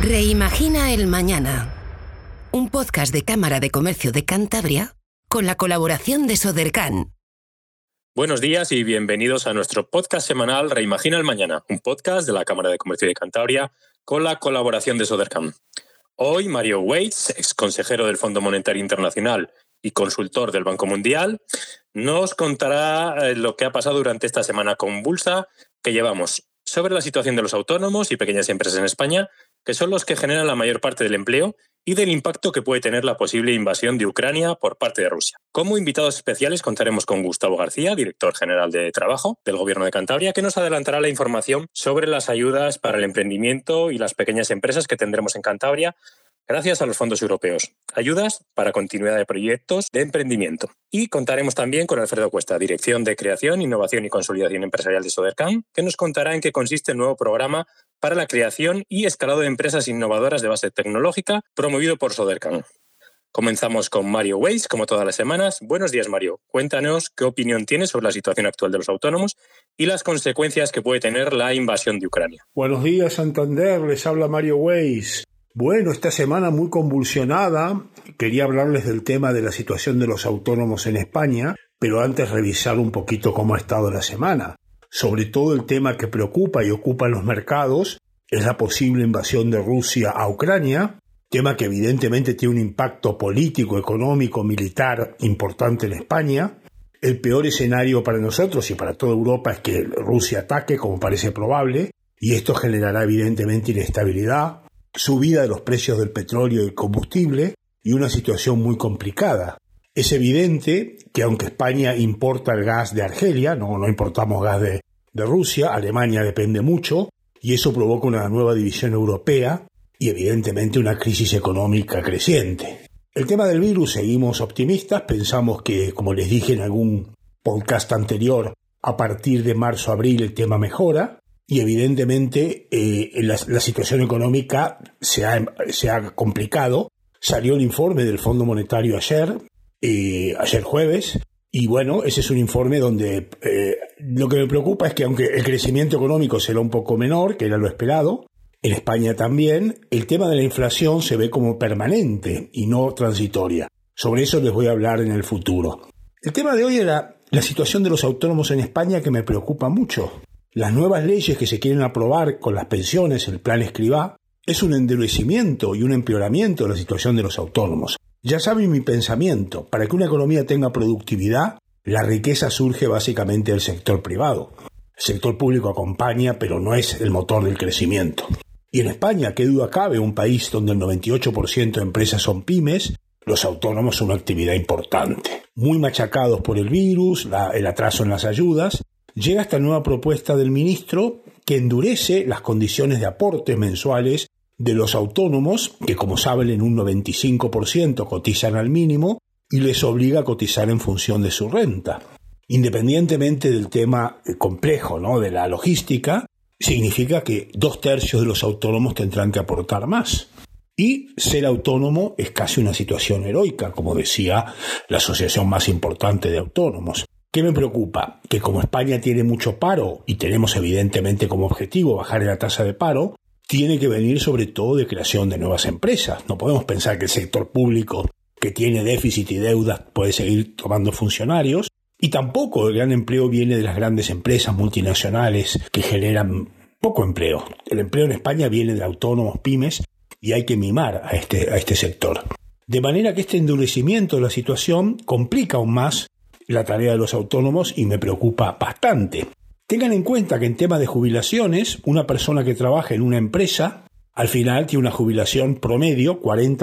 Reimagina el mañana. Un podcast de Cámara de Comercio de Cantabria con la colaboración de Sodercan. Buenos días y bienvenidos a nuestro podcast semanal Reimagina el mañana, un podcast de la Cámara de Comercio de Cantabria con la colaboración de Sodercan. Hoy Mario Weitz, ex consejero del Fondo Monetario Internacional y consultor del Banco Mundial, nos contará lo que ha pasado durante esta semana convulsa que llevamos sobre la situación de los autónomos y pequeñas empresas en España, que son los que generan la mayor parte del empleo, y del impacto que puede tener la posible invasión de Ucrania por parte de Rusia. Como invitados especiales contaremos con Gustavo García, director general de Trabajo del Gobierno de Cantabria, que nos adelantará la información sobre las ayudas para el emprendimiento y las pequeñas empresas que tendremos en Cantabria gracias a los fondos europeos. Ayudas para continuidad de proyectos de emprendimiento. Y contaremos también con Alfredo Cuesta, Dirección de Creación, Innovación y Consolidación Empresarial de Sodercan, que nos contará en qué consiste el nuevo programa para la creación y escalado de empresas innovadoras de base tecnológica promovido por Sodercan. Comenzamos con Mario Weitz, como todas las semanas. Buenos días, Mario. Cuéntanos qué opinión tienes sobre la situación actual de los autónomos y las consecuencias que puede tener la invasión de Ucrania. Buenos días, Santander. Les habla Mario Weitz. Bueno, esta semana muy convulsionada. Quería hablarles del tema de la situación de los autónomos en España, pero antes revisar un poquito cómo ha estado la semana. Sobre todo el tema que preocupa y ocupa los mercados es la posible invasión de Rusia a Ucrania, tema que evidentemente tiene un impacto político, económico, militar importante en España. El peor escenario para nosotros y para toda Europa es que Rusia ataque, como parece probable, y esto generará evidentemente inestabilidad, subida de los precios del petróleo y el combustible y una situación muy complicada. Es evidente que aunque España importa el gas de Argelia, no importamos gas de Rusia, Alemania depende mucho y eso provoca una nueva división europea y evidentemente una crisis económica creciente. El tema del virus, seguimos optimistas, pensamos que, como les dije en algún podcast anterior, a partir de marzo-abril el tema mejora. Y evidentemente la situación económica se ha complicado. Salió el informe del Fondo Monetario ayer jueves, y bueno, ese es un informe donde lo que me preocupa es que aunque el crecimiento económico será un poco menor, que era lo esperado, en España también, el tema de la inflación se ve como permanente y no transitoria. Sobre eso les voy a hablar en el futuro. El tema de hoy era la situación de los autónomos en España, que me preocupa mucho. Las nuevas leyes que se quieren aprobar con las pensiones, el plan Escrivá, es un endurecimiento y un empeoramiento de la situación de los autónomos. Ya saben mi pensamiento, para que una economía tenga productividad, la riqueza surge básicamente del sector privado. El sector público acompaña, pero no es el motor del crecimiento. Y en España, qué duda cabe, un país donde el 98% de empresas son pymes, los autónomos son una actividad importante. Muy machacados por el virus, el atraso en las ayudas. Llega esta nueva propuesta del ministro que endurece las condiciones de aportes mensuales de los autónomos, que como saben en un 95% cotizan al mínimo y les obliga a cotizar en función de su renta. Independientemente del tema complejo, de la logística, significa que 2/3 de los autónomos tendrán que aportar más. Y ser autónomo es casi una situación heroica, como decía la asociación más importante de autónomos. ¿Qué me preocupa? Que como España tiene mucho paro y tenemos evidentemente como objetivo bajar la tasa de paro, tiene que venir sobre todo de creación de nuevas empresas. No podemos pensar que el sector público, que tiene déficit y deudas, puede seguir tomando funcionarios, y tampoco el gran empleo viene de las grandes empresas multinacionales que generan poco empleo. El empleo en España viene de autónomos, pymes, y hay que mimar a este sector. De manera que este endurecimiento de la situación complica aún más la tarea de los autónomos y me preocupa bastante. Tengan en cuenta que en tema de jubilaciones, una persona que trabaja en una empresa, al final tiene una jubilación promedio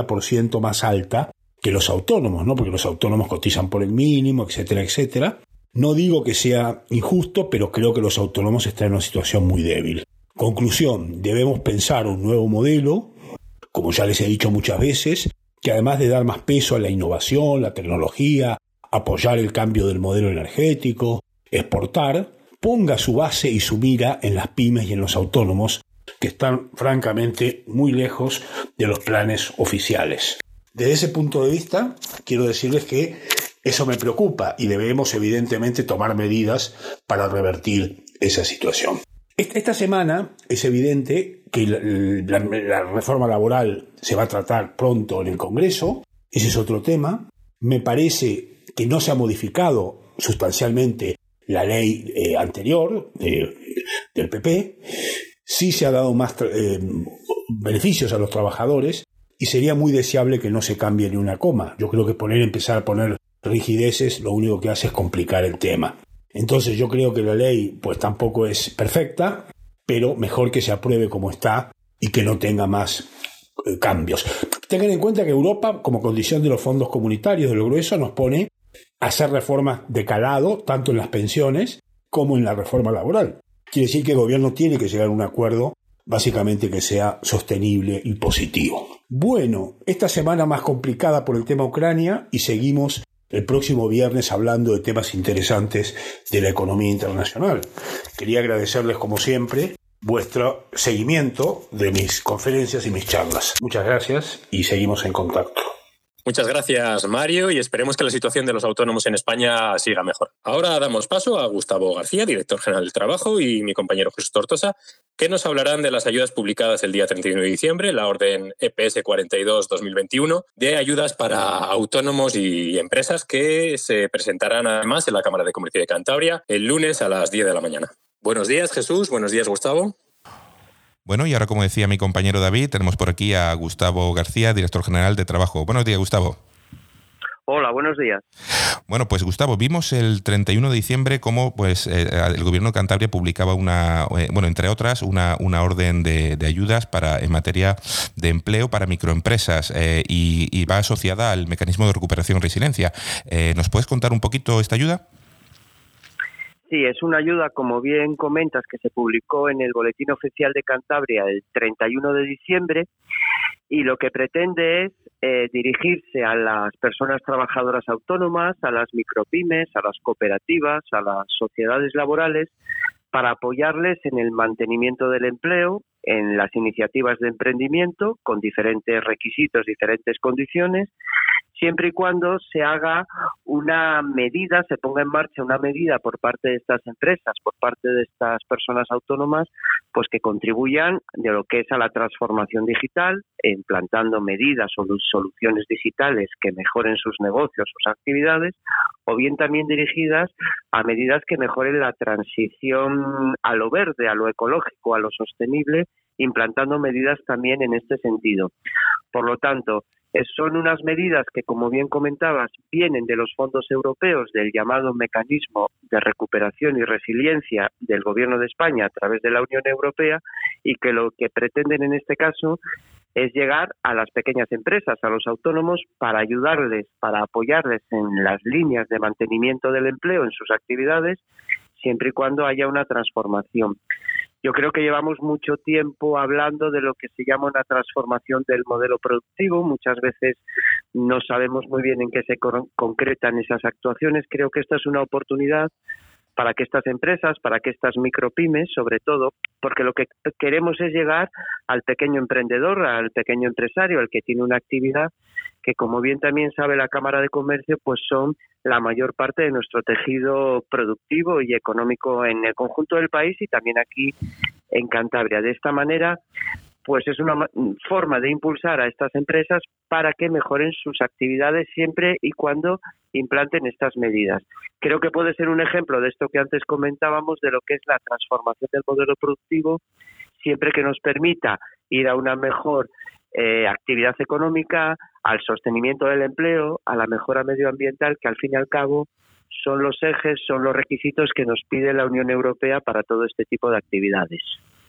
40% más alta que los autónomos, porque los autónomos cotizan por el mínimo, etcétera, etcétera. No digo que sea injusto, pero creo que los autónomos están en una situación muy débil. Conclusión, debemos pensar un nuevo modelo, como ya les he dicho muchas veces, que además de dar más peso a la innovación, la tecnología, apoyar el cambio del modelo energético, exportar, ponga su base y su mira en las pymes y en los autónomos, que están francamente muy lejos de los planes oficiales. Desde ese punto de vista, quiero decirles que eso me preocupa y debemos evidentemente tomar medidas para revertir esa situación. Esta semana es evidente que la reforma laboral se va a tratar pronto en el Congreso, ese es otro tema. Me parece que no se ha modificado sustancialmente la ley anterior del PP, sí se ha dado más beneficios a los trabajadores y sería muy deseable que no se cambie ni una coma. Yo creo que empezar a poner rigideces lo único que hace es complicar el tema. Entonces yo creo que la ley pues tampoco es perfecta, pero mejor que se apruebe como está y que no tenga más cambios. Tengan en cuenta que Europa, como condición de los fondos comunitarios de lo grueso, nos pone a hacer reformas de calado, tanto en las pensiones como en la reforma laboral. Quiere decir que el gobierno tiene que llegar a un acuerdo, básicamente que sea sostenible y positivo. Bueno, esta semana más complicada por el tema Ucrania y seguimos el próximo viernes hablando de temas interesantes de la economía internacional. Quería agradecerles como siempre vuestro seguimiento de mis conferencias y mis charlas. Muchas gracias y seguimos en contacto. Muchas gracias, Mario, y esperemos que la situación de los autónomos en España siga mejor. Ahora damos paso a Gustavo García, director general del Trabajo, y mi compañero Jesús Tortosa, que nos hablarán de las ayudas publicadas el día 31 de diciembre, la orden EPS 42-2021, de ayudas para autónomos y empresas que se presentarán además en la Cámara de Comercio de Cantabria el lunes a las 10 de la mañana. Buenos días, Jesús. Buenos días, Gustavo. Bueno, y ahora, como decía mi compañero David, tenemos por aquí a Gustavo García, director general de Trabajo. Buenos días, Gustavo. Hola, buenos días. Bueno, pues Gustavo, vimos el 31 de diciembre cómo el Gobierno de Cantabria publicaba entre otras, una orden de ayudas en materia de empleo para microempresas y va asociada al mecanismo de recuperación y resiliencia. ¿Nos puedes contar un poquito esta ayuda? Sí, es una ayuda, como bien comentas, que se publicó en el Boletín Oficial de Cantabria el 31 de diciembre y lo que pretende es dirigirse a las personas trabajadoras autónomas, a las micropymes, a las cooperativas, a las sociedades laborales, para apoyarles en el mantenimiento del empleo, en las iniciativas de emprendimiento, con diferentes requisitos, diferentes condiciones, siempre y cuando se haga una medida, se ponga en marcha una medida por parte de estas empresas, por parte de estas personas autónomas, pues que contribuyan de lo que es a la transformación digital, implantando medidas o soluciones digitales que mejoren sus negocios, sus actividades, o bien también dirigidas a medidas que mejoren la transición a lo verde, a lo ecológico, a lo sostenible, implantando medidas también en este sentido. Por lo tanto, son unas medidas que, como bien comentabas, vienen de los fondos europeos del llamado Mecanismo de Recuperación y Resiliencia del Gobierno de España a través de la Unión Europea y que lo que pretenden en este caso es llegar a las pequeñas empresas, a los autónomos, para ayudarles, para apoyarles en las líneas de mantenimiento del empleo en sus actividades, siempre y cuando haya una transformación. Yo creo que llevamos mucho tiempo hablando de lo que se llama una transformación del modelo productivo. Muchas veces no sabemos muy bien en qué se concretan esas actuaciones. Creo que esta es una oportunidad para que estas empresas, para que estas micropymes, sobre todo, porque lo que queremos es llegar al pequeño emprendedor, al pequeño empresario, al que tiene una actividad que, como bien también sabe la Cámara de Comercio, pues son la mayor parte de nuestro tejido productivo y económico en el conjunto del país y también aquí en Cantabria. De esta manera, pues es una forma de impulsar a estas empresas para que mejoren sus actividades siempre y cuando implanten estas medidas. Creo que puede ser un ejemplo de esto que antes comentábamos, de lo que es la transformación del modelo productivo, siempre que nos permita ir a una mejor actividad económica, al sostenimiento del empleo, a la mejora medioambiental, que al fin y al cabo son los ejes, son los requisitos que nos pide la Unión Europea para todo este tipo de actividades.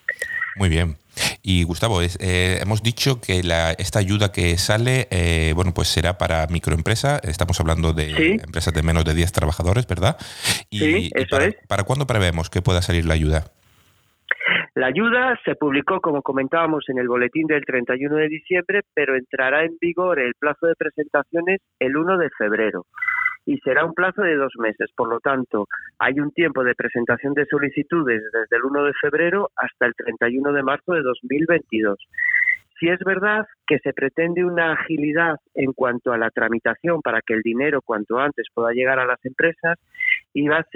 Muy bien. Y Gustavo, hemos dicho que esta ayuda que sale, pues será para microempresas. Estamos hablando de empresas de menos de 10 trabajadores, ¿verdad? Sí, eso es. ¿Para cuándo prevemos que pueda salir la ayuda? La ayuda se publicó, como comentábamos, en el boletín del 31 de diciembre, pero entrará en vigor el plazo de presentaciones el 1 de febrero. Y será un plazo de 2 meses. Por lo tanto, hay un tiempo de presentación de solicitudes desde el 1 de febrero hasta el 31 de marzo de 2022. Sí es verdad que se pretende una agilidad en cuanto a la tramitación para que el dinero cuanto antes pueda llegar a las empresas y va a ser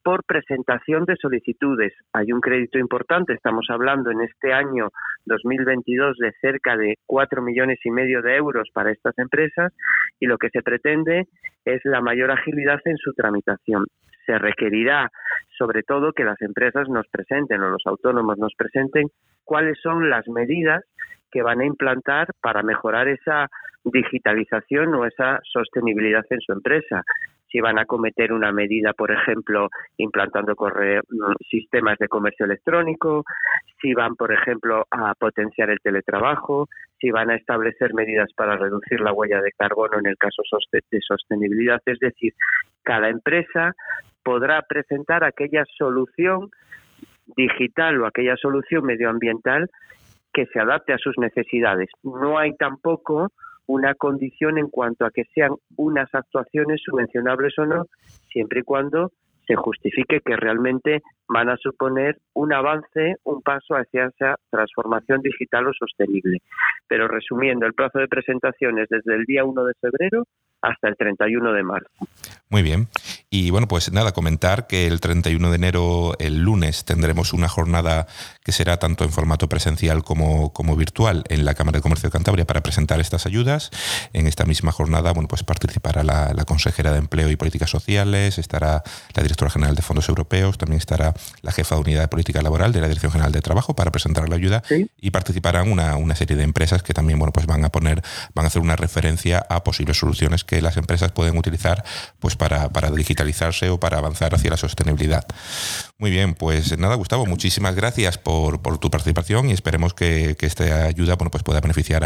por presentación de solicitudes. Hay un crédito importante, estamos hablando en este año 2022 de cerca de 4,5 millones de euros para estas empresas, y lo que se pretende es la mayor agilidad en su tramitación. Se requerirá, sobre todo, que las empresas nos presenten o los autónomos nos presenten cuáles son las medidas que van a implantar para mejorar esa digitalización o esa sostenibilidad en su empresa. Si van a cometer una medida, por ejemplo, implantando sistemas de comercio electrónico, si van, por ejemplo, a potenciar el teletrabajo, si van a establecer medidas para reducir la huella de carbono en el caso de sostenibilidad. Es decir, cada empresa podrá presentar aquella solución digital o aquella solución medioambiental que se adapte a sus necesidades. No hay tampoco una condición en cuanto a que sean unas actuaciones subvencionables o no, siempre y cuando se justifique que realmente van a suponer un avance, un paso hacia esa transformación digital o sostenible. Pero resumiendo, el plazo de presentación es desde el día 1 de febrero hasta el 31 de marzo. Muy bien. Y bueno, pues nada, comentar que el 31 de enero, el lunes, tendremos una jornada que será tanto en formato presencial como virtual en la Cámara de Comercio de Cantabria para presentar estas ayudas. En esta misma jornada, bueno, pues participará la consejera de Empleo y Políticas Sociales, estará la directora general de Fondos Europeos, también estará la jefa de Unidad de Política Laboral de la Dirección General de Trabajo para presentar la ayuda. ¿Sí? Y participarán una serie de empresas que también, bueno, pues van a hacer una referencia a posibles soluciones que las empresas pueden utilizar pues para digitalizarse o para avanzar hacia la sostenibilidad. Muy bien, pues nada, Gustavo, muchísimas gracias por tu participación y esperemos que esta ayuda, bueno, pues pueda beneficiar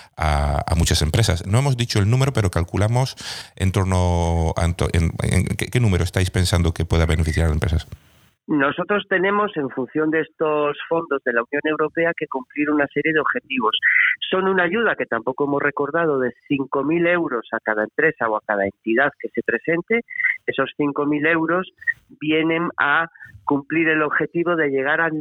a muchas empresas. No hemos dicho el número, pero calculamos en torno a ¿qué número estáis pensando que pueda beneficiar a las empresas? Nosotros tenemos, en función de estos fondos de la Unión Europea, que cumplir una serie de objetivos. Son una ayuda que tampoco hemos recordado de 5.000 euros a cada empresa o a cada entidad que se presente. Esos 5.000 euros vienen a cumplir el objetivo de llegar a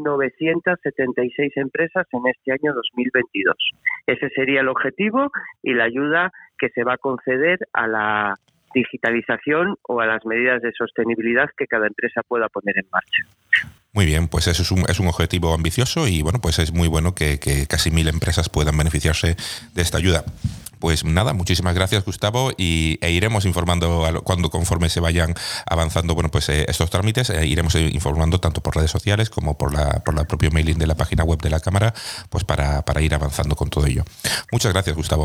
976 empresas en este año 2022. Ese sería el objetivo y la ayuda que se va a conceder a la digitalización o a las medidas de sostenibilidad que cada empresa pueda poner en marcha. Muy bien, pues eso es un objetivo ambicioso y bueno, pues es muy bueno que casi 1.000 empresas puedan beneficiarse de esta ayuda. Pues nada, muchísimas gracias, Gustavo, e iremos informando conforme se vayan avanzando, bueno, pues estos trámites, iremos informando tanto por redes sociales como por la propio mailing de la página web de la Cámara, pues para ir avanzando con todo ello. Muchas gracias, Gustavo.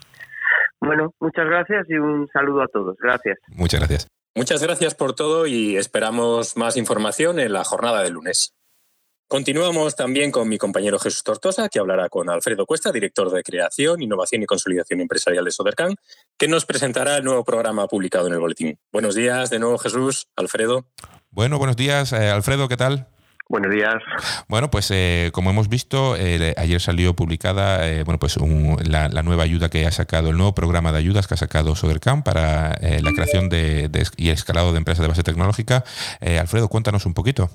Bueno, muchas gracias y un saludo a todos. Gracias. Muchas gracias. Muchas gracias por todo y esperamos más información en la jornada del lunes. Continuamos también con mi compañero Jesús Tortosa, que hablará con Alfredo Cuesta, director de Creación, Innovación y Consolidación Empresarial de Sodercan, que nos presentará el nuevo programa publicado en el boletín. Buenos días de nuevo, Jesús, Alfredo. Bueno, buenos días, Alfredo, ¿qué tal? Buenos días. Bueno, pues como hemos visto, ayer salió publicada la nueva ayuda que ha sacado, el nuevo programa de ayudas que ha sacado Sodercan para la creación y escalado de empresas de base tecnológica. Alfredo, cuéntanos un poquito.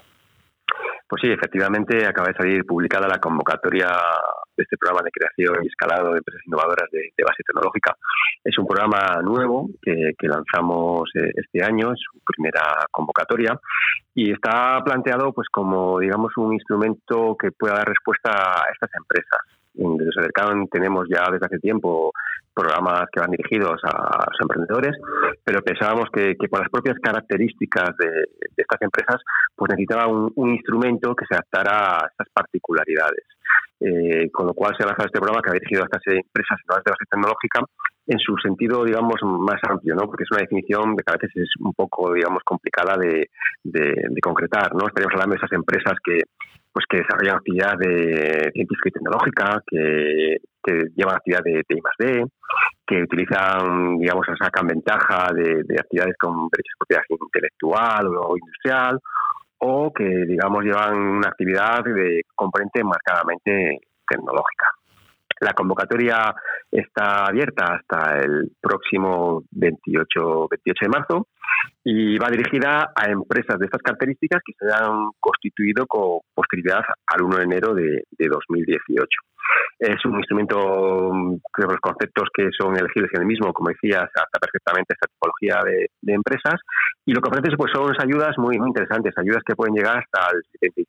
Pues sí, efectivamente acaba de salir publicada la convocatoria de este programa de creación y escalado de empresas innovadoras de base tecnológica. Es un programa nuevo que lanzamos este año, es su primera convocatoria y está planteado pues como digamos un instrumento que pueda dar respuesta a estas empresas. Desde Sodercan tenemos ya desde hace tiempo programas que van dirigidos a los emprendedores, pero pensábamos que por las propias características de estas empresas pues necesitaba un instrumento que se adaptara a estas particularidades. Con lo cual se ha lanzado este programa que va dirigido a estas empresas de base tecnológica en su sentido, digamos, más amplio, ¿no? Porque es una definición que a veces es un poco, digamos, complicada de concretar, ¿no? Estaríamos hablando de esas empresas que desarrollan actividad de científica y tecnológica, que llevan actividad de I+D, que utilizan, digamos, sacan ventaja de actividades con derechos de propiedad intelectual o industrial, o que, digamos, llevan una actividad de componente marcadamente tecnológica. La convocatoria está abierta hasta el próximo 28 de marzo y va dirigida a empresas de estas características que se han constituido con posterioridad al 1 de enero de 2018. Es un instrumento, creo que los conceptos que son elegibles en el mismo, como decías, adapta perfectamente esta tipología de empresas, y lo que ofrece pues son ayudas muy, muy interesantes, ayudas que pueden llegar hasta el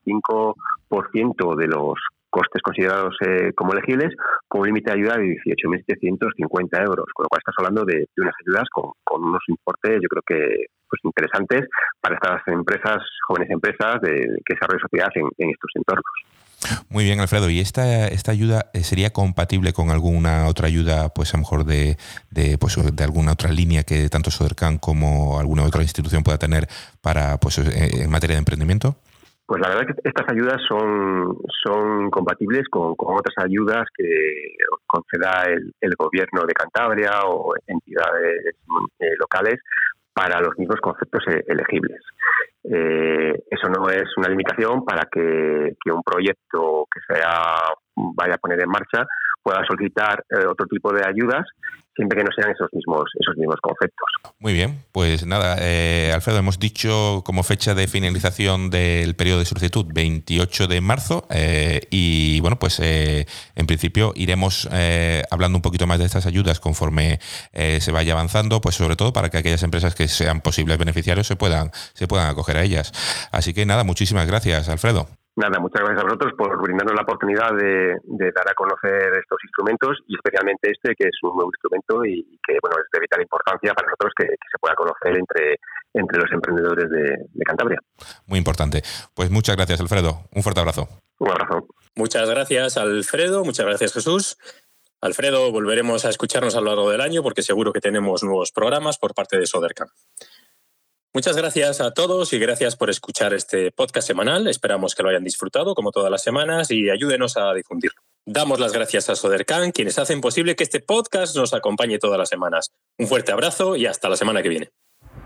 75% de los costes considerados como elegibles, con un límite de ayuda de 18.750 euros, con lo cual estás hablando de unas ayudas con unos importes, yo creo que pues interesantes para estas empresas, jóvenes empresas de que desarrollan sociedad en estos entornos. Muy bien, Alfredo. ¿Y esta ayuda sería compatible con alguna otra ayuda, pues a lo mejor de alguna otra línea que tanto Sodercan como alguna otra institución pueda tener para pues en materia de emprendimiento? Pues la verdad es que estas ayudas son compatibles con otras ayudas que conceda el gobierno de Cantabria o entidades locales para los mismos conceptos elegibles. Eso no es una limitación para que un proyecto que se vaya a poner en marcha pueda solicitar otro tipo de ayudas, siempre que no sean esos mismos conceptos. Muy bien, pues nada, Alfredo, hemos dicho como fecha de finalización del periodo de solicitud 28 de marzo y bueno, pues en principio iremos hablando un poquito más de estas ayudas conforme se vaya avanzando, pues sobre todo para que aquellas empresas que sean posibles beneficiarios se puedan acoger a ellas. Así que nada, muchísimas gracias, Alfredo. Nada, muchas gracias a vosotros por brindarnos la oportunidad de dar a conocer estos instrumentos y especialmente este, que es un nuevo instrumento y que bueno es de vital importancia para nosotros que se pueda conocer entre los emprendedores de Cantabria. Muy importante. Pues muchas gracias, Alfredo. Un fuerte abrazo. Un abrazo. Muchas gracias, Alfredo. Muchas gracias, Jesús. Alfredo, volveremos a escucharnos a lo largo del año porque seguro que tenemos nuevos programas por parte de Sodercan. Muchas gracias a todos y gracias por escuchar este podcast semanal. Esperamos que lo hayan disfrutado como todas las semanas y ayúdenos a difundirlo. Damos las gracias a Sodercan, quienes hacen posible que este podcast nos acompañe todas las semanas. Un fuerte abrazo y hasta la semana que viene.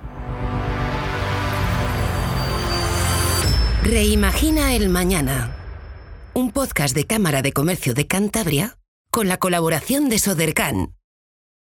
Reimagina el mañana. Un podcast de Cámara de Comercio de Cantabria con la colaboración de Sodercan.